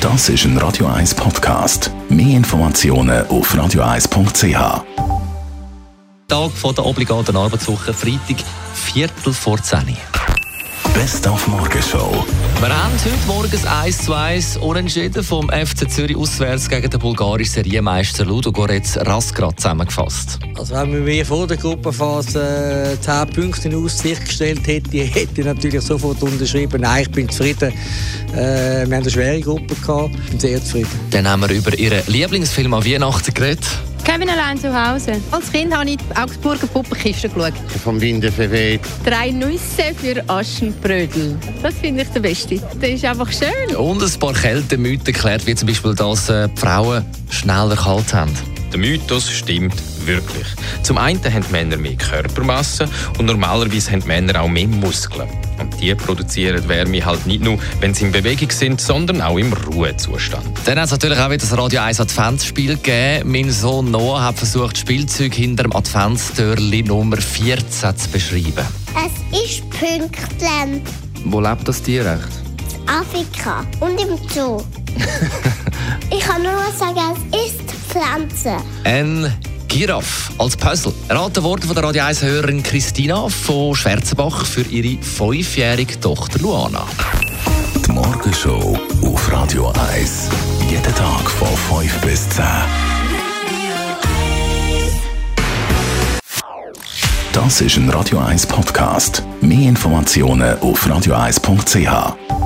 Das ist ein Radio 1 Podcast. Mehr Informationen auf radio1.ch. Tag von der obligaten Arbeitswoche, Freitag, 10:45. Best auf Morgenshow. Wir haben heute morgens 1:1 unentschieden vom FC Zürich auswärts gegen den bulgarischen Serienmeister Ludogorets Razgrad zusammengefasst. Also wenn man mir vor der Gruppenphase 10 Punkte in Aussicht gestellt hätte, hätte ich natürlich sofort unterschrieben. Nein, ich bin zufrieden. Wir haben eine schwere Gruppe gehabt. Ich bin sehr zufrieden. Dann haben wir über Ihren Lieblingsfilm an Weihnachten geredet. Kevin allein zu Hause. Als Kind habe ich die Augsburger Puppenkiste geschaut. Vom Winde verweht. 3 Nüsse für Aschenbrödel. Das finde ich der Beste. Das ist einfach schön. Und ein paar Kältemythen erklärt, wie zum Beispiel, dass die Frauen schneller kalt haben. Der Mythos stimmt wirklich. Zum einen haben Männer mehr Körpermasse und normalerweise haben Männer auch mehr Muskeln. Und die produzieren Wärme halt nicht nur, wenn sie in Bewegung sind, sondern auch im Ruhezustand. Dann hat es natürlich auch wieder das Radio 1 Adventsspiel gegeben. Mein Sohn Noah hat versucht, Spielzeug hinter dem Adventstürli Nummer 14 zu beschreiben. Es ist Pünktchen. Wo lebt das Tier echt? In Afrika und im Zoo. Ich kann nur sagen, es ist Pflanze. Ein Giraffe als Puzzle. Erraten worden von der Radio 1-Hörerin Christina von Schwarzenbach für ihre 5-jährige Tochter Luana. Die Morgenshow auf Radio 1. Jeden Tag von 5 bis 10. Das ist ein Radio 1 Podcast. Mehr Informationen auf radio1.ch.